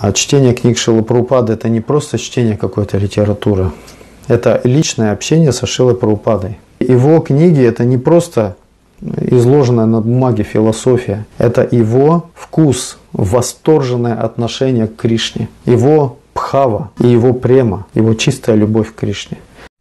А чтение книг Шрилы Прабхупады — это не просто чтение какой-то литературы. Это личное общение со Шрилой Прабхупадой. Его книги — это не просто изложенная на бумаге философия. Это его вкус, восторженное отношение к Кришне. Его бхава и его према, его чистая любовь к Кришне.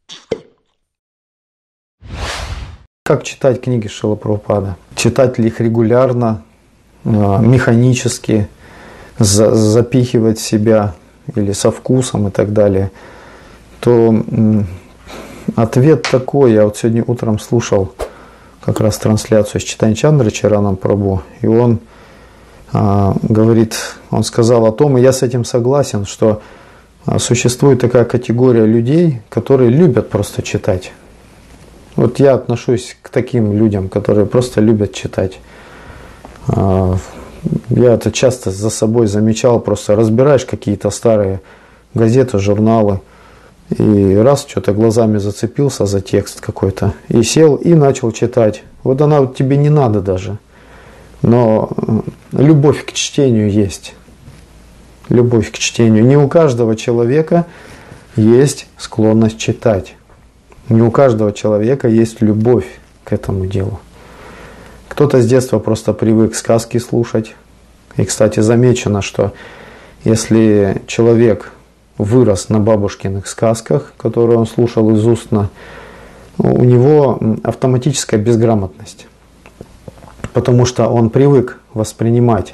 Как читать книги Шрилы Прабхупады? Читать ли их регулярно, механически, запихивать в себя или со вкусом и так далее, то ответ такой. Я вот сегодня утром слушал как раз трансляцию с Чайтанья Чандрачараном Прабху, и он говорит, он сказал о том, и я с этим согласен, что существует такая категория людей, которые любят просто читать. Вот я отношусь к таким людям, которые просто любят читать. Я это часто за собой замечал, просто разбираешь какие-то старые газеты, журналы, и раз что-то глазами зацепился за текст какой-то, и сел и начал читать. Вот она вот тебе не надо даже. Но любовь к чтению есть. Любовь к чтению. Не у каждого человека есть склонность читать. Не у каждого человека есть любовь к этому делу. Кто-то с детства просто привык сказки слушать. И, кстати, замечено, что если человек вырос на бабушкиных сказках, которые он слушал из устно, у него автоматическая безграмотность. Потому что он привык воспринимать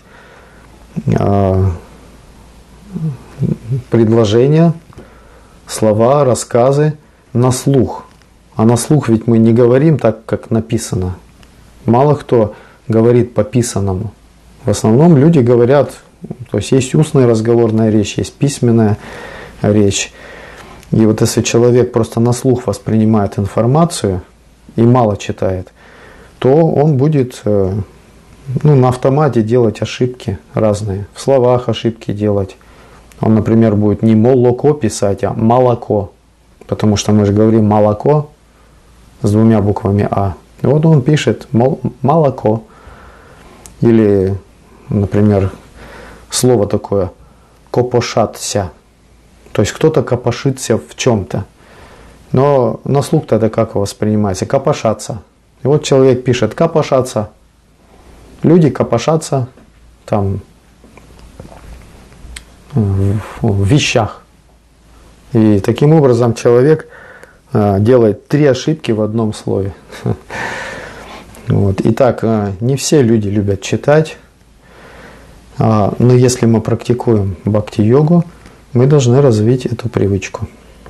предложения, слова, рассказы на слух. А на слух ведь мы не говорим так, как написано. Мало кто говорит по писанному. В основном люди говорят, то есть устная разговорная речь, есть письменная речь. И вот если человек просто на слух воспринимает информацию и мало читает, то он будет на автомате делать ошибки разные, в словах ошибки делать. Он, например, будет не молоко писать, а молоко, потому что мы же говорим молоко с двумя буквами А. И вот он пишет молоко. Или, например, слово такое копошатся. То есть кто-то копошится в чем-то. Но на слух-то это как воспринимается? Копошаться. И вот человек пишет копошаться. Люди копошатся там в вещах. И таким образом человек делает 3 ошибки в одном слове. Вот. Итак, не все люди любят читать. Но если мы практикуем бхакти-йогу, мы должны развить эту привычку.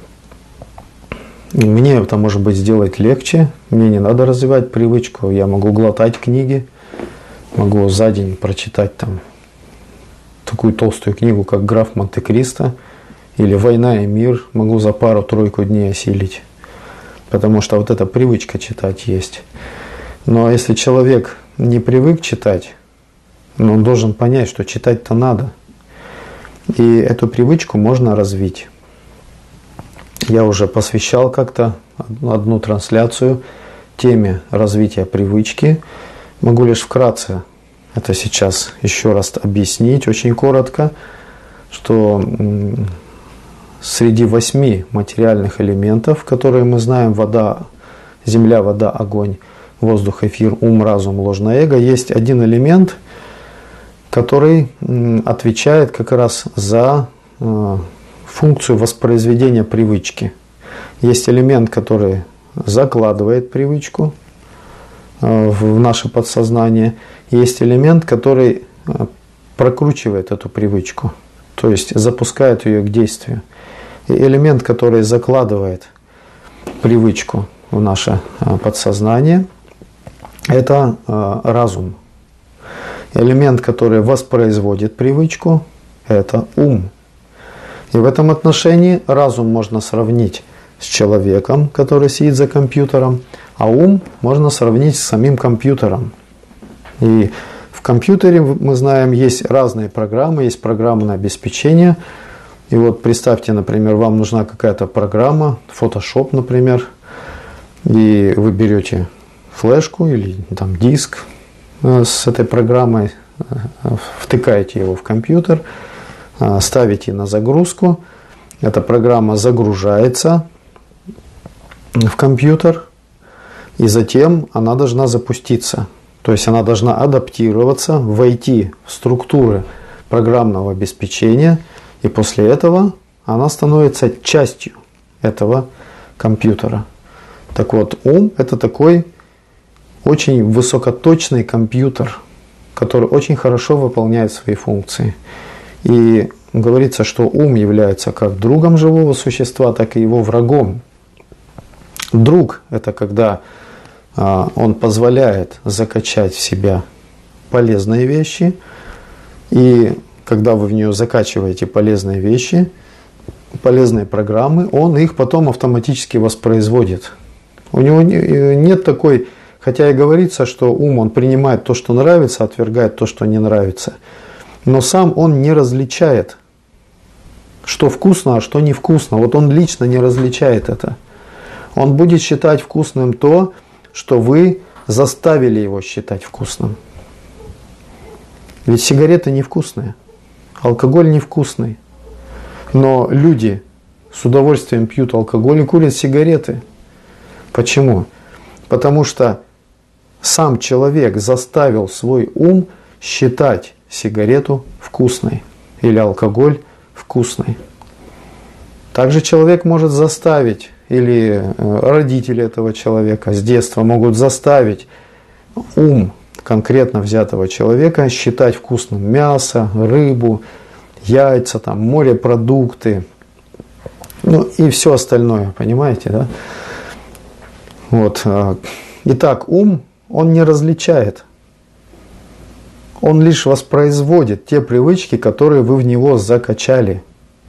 И мне это, может быть, сделать легче. Мне не надо развивать привычку. Я могу глотать книги. Могу за день прочитать там такую толстую книгу, как «Граф Монте-Кристо» или «Война и мир». Могу за пару-тройку дней осилить. Потому что вот эта привычка читать есть. Но если человек не привык читать, он должен понять, что читать-то надо. И эту привычку можно развить. Я уже посвящал как-то одну трансляцию теме развития привычки. Могу лишь вкратце это сейчас еще раз объяснить, очень коротко, что среди 8 материальных элементов, которые мы знаем, вода, земля, вода, огонь, воздух, эфир, ум, разум, ложное эго, есть один элемент, который отвечает как раз за функцию воспроизведения привычки. Есть элемент, который закладывает привычку в наше подсознание. Есть элемент, который прокручивает эту привычку, то есть запускает ее к действию. И элемент, который закладывает привычку в наше подсознание, это разум. Элемент, который воспроизводит привычку, это ум. И в этом отношении разум можно сравнить с человеком, который сидит за компьютером, а ум можно сравнить с самим компьютером. И в компьютере, мы знаем, есть разные программы, есть программное обеспечение. И вот представьте, например, вам нужна какая-то программа, Photoshop, например, и вы берете флешку или там диск с этой программой, втыкаете его в компьютер, ставите на загрузку. Эта программа загружается в компьютер, и затем она должна запуститься. То есть она должна адаптироваться, войти в структуры программного обеспечения, и после этого она становится частью этого компьютера. Так вот, ум – это такой очень высокоточный компьютер, который очень хорошо выполняет свои функции. И говорится, что ум является как другом живого существа, так и его врагом. Друг – это когда он позволяет закачать в себя полезные вещи, и когда вы в нее закачиваете полезные вещи, полезные программы, он их потом автоматически воспроизводит. У него нет такой, хотя и говорится, что ум, он принимает то, что нравится, отвергает то, что не нравится, но сам он не различает, что вкусно, а что невкусно. Вот он лично не различает это. Он будет считать вкусным то, что вы заставили его считать вкусным. Ведь сигареты невкусные, алкоголь невкусный. Но люди с удовольствием пьют алкоголь и курят сигареты. Почему? Потому что сам человек заставил свой ум считать сигарету вкусной или алкоголь вкусной. Также человек может заставить, или родители этого человека с детства могут заставить ум конкретно взятого человека считать вкусным мясо, рыбу, яйца, там, морепродукты, ну и все остальное, понимаете, да? Вот. Итак, ум, он не различает. Он лишь воспроизводит те привычки, которые вы в него закачали.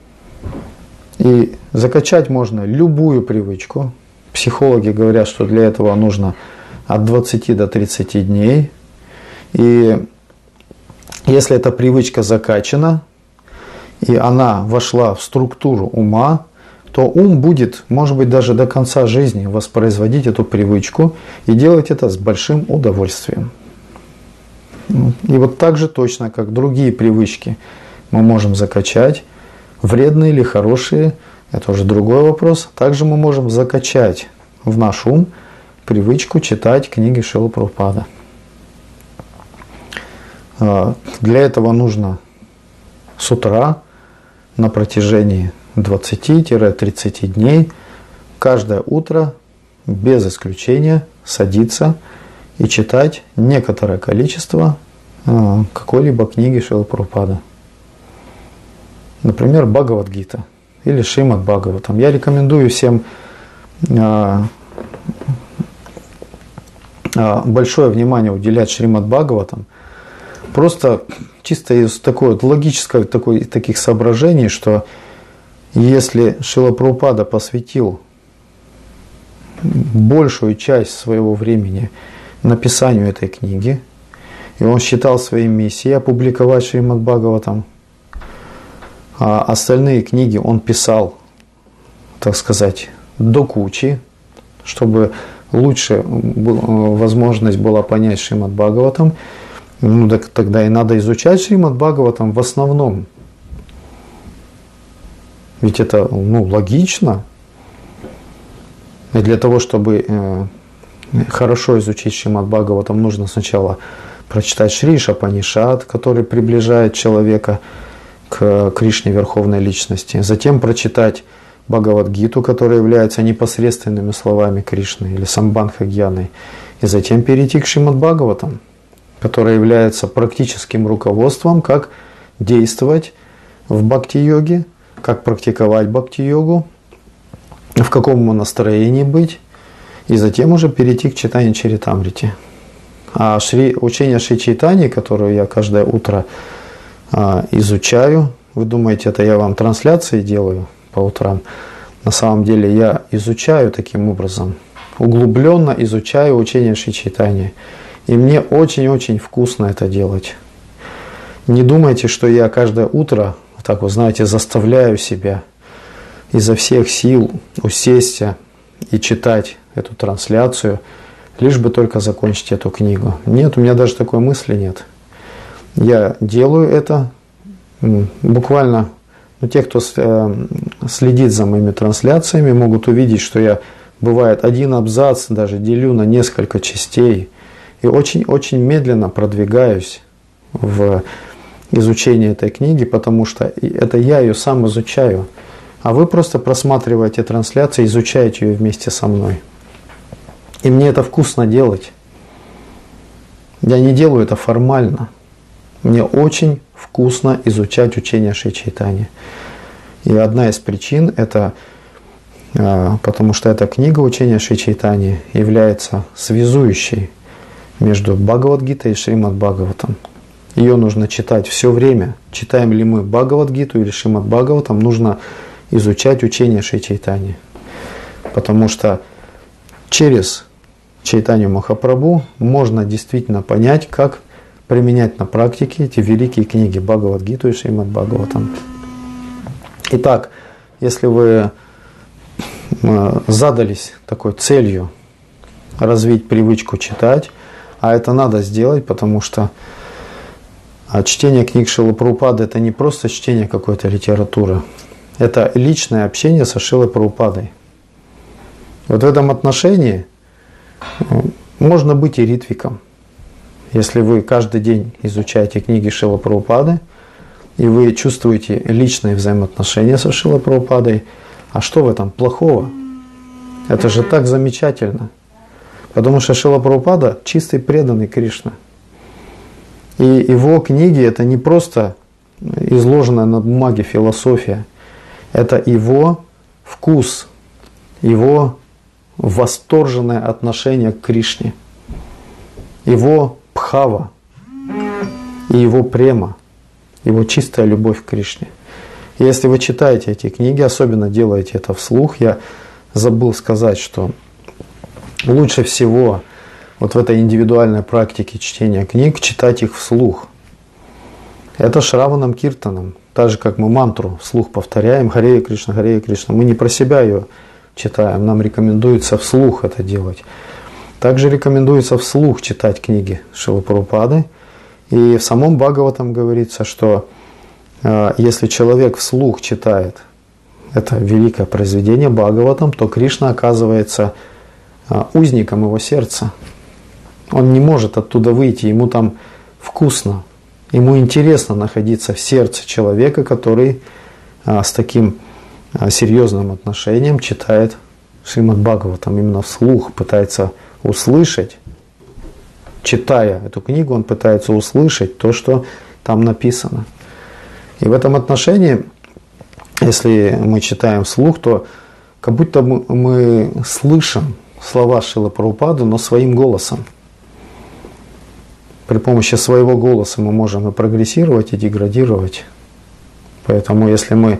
И закачать можно любую привычку. Психологи говорят, что для этого нужно от 20 до 30 дней. И если эта привычка закачана, и она вошла в структуру ума, то ум будет, может быть, даже до конца жизни воспроизводить эту привычку и делать это с большим удовольствием. И вот так же точно, как другие привычки мы можем закачать, вредные или хорошие, это уже другой вопрос. Также мы можем закачать в наш ум привычку читать книги Шрилы Прабхупады. Для этого нужно с утра на протяжении 20-30 дней каждое утро без исключения садиться и читать некоторое количество какой-либо книги Шрилы Прабхупады. Например, Бхагавад-гита или Шримад Бхагаватам. Я рекомендую всем большое внимание уделять Шримад Бхагаватам. Просто чисто из такой вот логического таких соображений, что если Шрила Прабхупада посвятил большую часть своего времени написанию этой книги, и он считал своей миссией опубликовать Шримад Бхагаватам, а остальные книги он писал, так сказать, до кучи, чтобы лучше возможность была понять Шримад Бхагаватам, ну так тогда и надо изучать Шримад Бхагаватам в основном. Ведь это логично. И для того, чтобы хорошо изучить Шримад Бхагаватам, нужно сначала прочитать Шри Ишапанишад, который приближает человека к Кришне, Верховной Личности. Затем прочитать Бхагавад-гиту, которая является непосредственными словами Кришны или Самбханха-гьяной. И затем перейти к Шримад Бхагаватам, которая является практическим руководством, как действовать в бхакти-йоге, как практиковать бхакти-йогу, в каком настроении быть, и затем уже перейти к читанию Чаритамрити. А учение Шри Чайтаньи, которое я каждое утро изучаю, вы думаете, это я вам трансляции делаю по утрам? На самом деле я изучаю таким образом, углубленно изучаю учение Шри Чайтаньи. И мне очень-очень вкусно это делать. Не думайте, что я каждое утро, так вот знаете, заставляю себя изо всех сил усесть и читать эту трансляцию, лишь бы только закончить эту книгу. Нет, у меня даже такой мысли нет. Я делаю это Буквально те, кто следит за моими трансляциями, могут увидеть, что я, бывает, один абзац даже делю на несколько частей и очень-очень медленно продвигаюсь в изучении этой книги, потому что это я ее сам изучаю, а вы просто просматриваете трансляции, изучаете ее вместе со мной. И мне это вкусно делать. Я не делаю это формально. Мне очень вкусно изучать учение Шри Чайтаньи. И одна из причин это потому что эта книга учения Шри Чайтаньи является связующей между Бхагавад-гитой и Шримад Бхагаватам. Ее нужно читать все время. Читаем ли мы Бхагавад-гиту или Шримад Бхагаватам, нужно изучать учение Шри Чайтаньи. Потому что через Чайтанью Махапрабху можно действительно понять, как применять на практике эти великие книги Бхагавад-гиту и Шримад Бхагаватам. Итак, если вы задались такой целью развить привычку читать, а это надо сделать, потому что чтение книг Шрилы Прабхупады — это не просто чтение какой-то литературы, это личное общение со Шрилой Прабхупадой. Вот в этом отношении можно быть и ритвиком. Если вы каждый день изучаете книги Шрилы Прабхупады, и вы чувствуете личные взаимоотношения со Шрилой Прабхупадой, а что в этом плохого? Это же так замечательно. Потому что Шрила Прабхупада чистый преданный Кришна. И его книги — это не просто изложенная на бумаге философия, это его вкус, его восторженное отношение к Кришне, его бхава и его према, его чистая любовь к Кришне. И если вы читаете эти книги, особенно делаете это вслух, я забыл сказать, что лучше всего вот в этой индивидуальной практике чтения книг читать их вслух. Это шраванам киртаном. Так же, как мы мантру вслух повторяем, Харе Кришна, Харе Кришна. Мы не про себя ее читаем, нам рекомендуется вслух это делать. Также рекомендуется вслух читать книги Шрилы Прабхупады. И в самом Бхагаватам говорится, что если человек вслух читает это великое произведение Бхагаватам, то Кришна оказывается узником его сердца. Он не может оттуда выйти, ему там вкусно, ему интересно находиться в сердце человека, который с таким серьезным отношением читает Шримад Бхагаватам, именно вслух пытается услышать. Читая эту книгу, он пытается услышать то, что там написано. И в этом отношении, если мы читаем вслух, то как будто мы слышим слова Шрилы Прабхупады, но своим голосом. При помощи своего голоса мы можем и прогрессировать, и деградировать. Поэтому если мы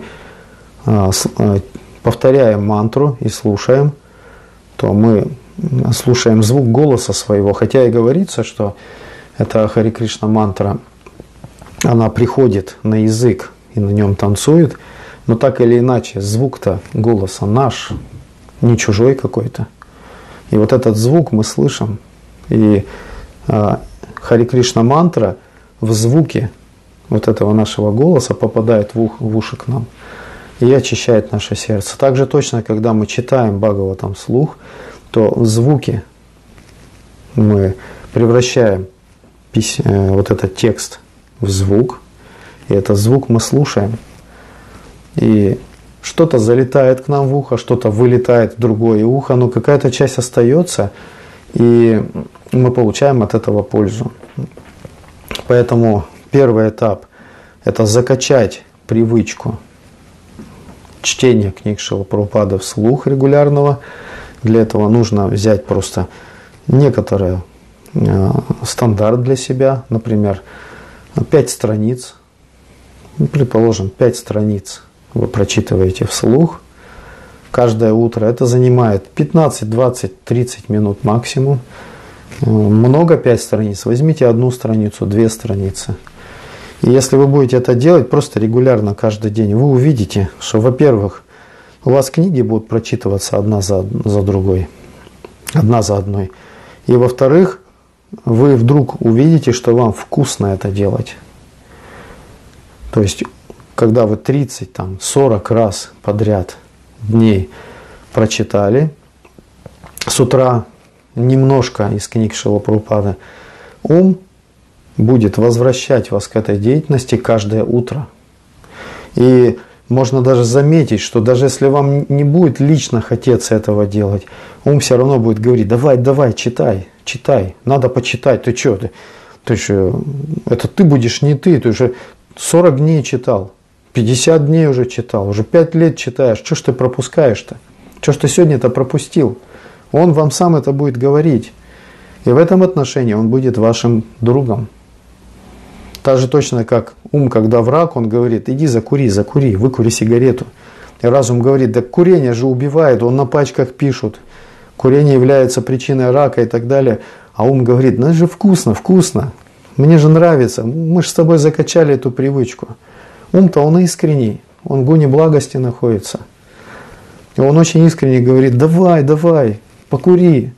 повторяем мантру и слушаем, то мы слушаем звук голоса своего. Хотя и говорится, что эта Харе Кришна мантра, она приходит на язык и на нем танцует, но так или иначе звук-то голоса наш, не чужой какой-то. И вот этот звук мы слышим. И Харе Кришна мантра в звуке вот этого нашего голоса попадает в уши к нам и очищает наше сердце. Также точно, когда мы читаем Бхагаватам вслух, то в звуке мы превращаем вот этот текст в звук, и этот звук мы слушаем. И что-то залетает к нам в ухо, что-то вылетает в другое ухо, но какая-то часть остается, и мы получаем от этого пользу. Поэтому первый этап – это закачать привычку чтения книг Шрилы Прабхупады вслух регулярного. Для этого нужно взять просто некоторый стандарт для себя, например, 5 страниц, предположим, 5 страниц вы прочитываете вслух каждое утро. Это занимает 15, 20, 30 минут максимум. Много 5 страниц, возьмите 1 страницу, 2 страницы. И если вы будете это делать просто регулярно каждый день, вы увидите, что, во-первых, у вас книги будут прочитываться одна за другой, одна за одной. И во-вторых, вы вдруг увидите, что вам вкусно это делать. То есть, когда вы 30, 40 раз подряд дней прочитали, с утра немножко из книг Шрилы Прабхупады, ум будет возвращать вас к этой деятельности каждое утро. И можно даже заметить, что даже если вам не будет лично хотеться этого делать, ум все равно будет говорить: давай, читай, надо почитать, ты что, ты что, это ты будешь, не ты уже 40 дней читал, 50 дней уже читал, уже 5 лет читаешь, что ж ты пропускаешь-то, что ж ты сегодня-то пропустил? Он вам сам это будет говорить, и в этом отношении он будет вашим другом. Так же точно, как ум, когда враг, он говорит: иди закури, выкури сигарету. И разум говорит: да курение же убивает, он на пачках пишут, курение является причиной рака и так далее. А ум говорит: ну это же вкусно, мне же нравится, мы же с тобой закачали эту привычку. Ум-то он искренний, он в гуне благости находится. И он очень искренне говорит: давай, покури.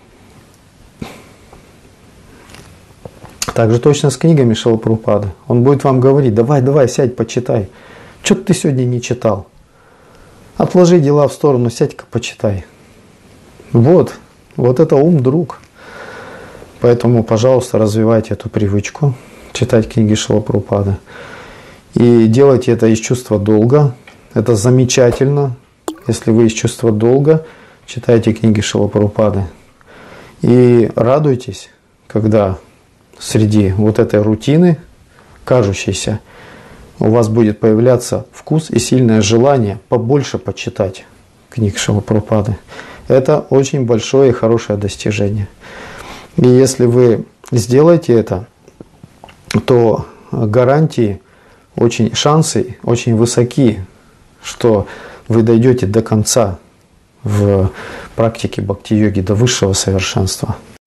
Так же точно с книгами Шрилы Прабхупады. Он будет вам говорить: давай, сядь, почитай. Что ты сегодня не читал? Отложи дела в сторону, сядь-ка, почитай. Вот это ум-друг. Поэтому, пожалуйста, развивайте эту привычку, читать книги Шрилы Прабхупады. И делайте это из чувства долга. Это замечательно, если вы из чувства долга читаете книги Шрилы Прабхупады. И радуйтесь, когда среди вот этой рутины, кажущейся, у вас будет появляться вкус и сильное желание побольше почитать книг Шрилы Прабхупады. Это очень большое и хорошее достижение. И если вы сделаете это, то гарантии, шансы очень высоки, что вы дойдете до конца в практике бхакти-йоги, до высшего совершенства.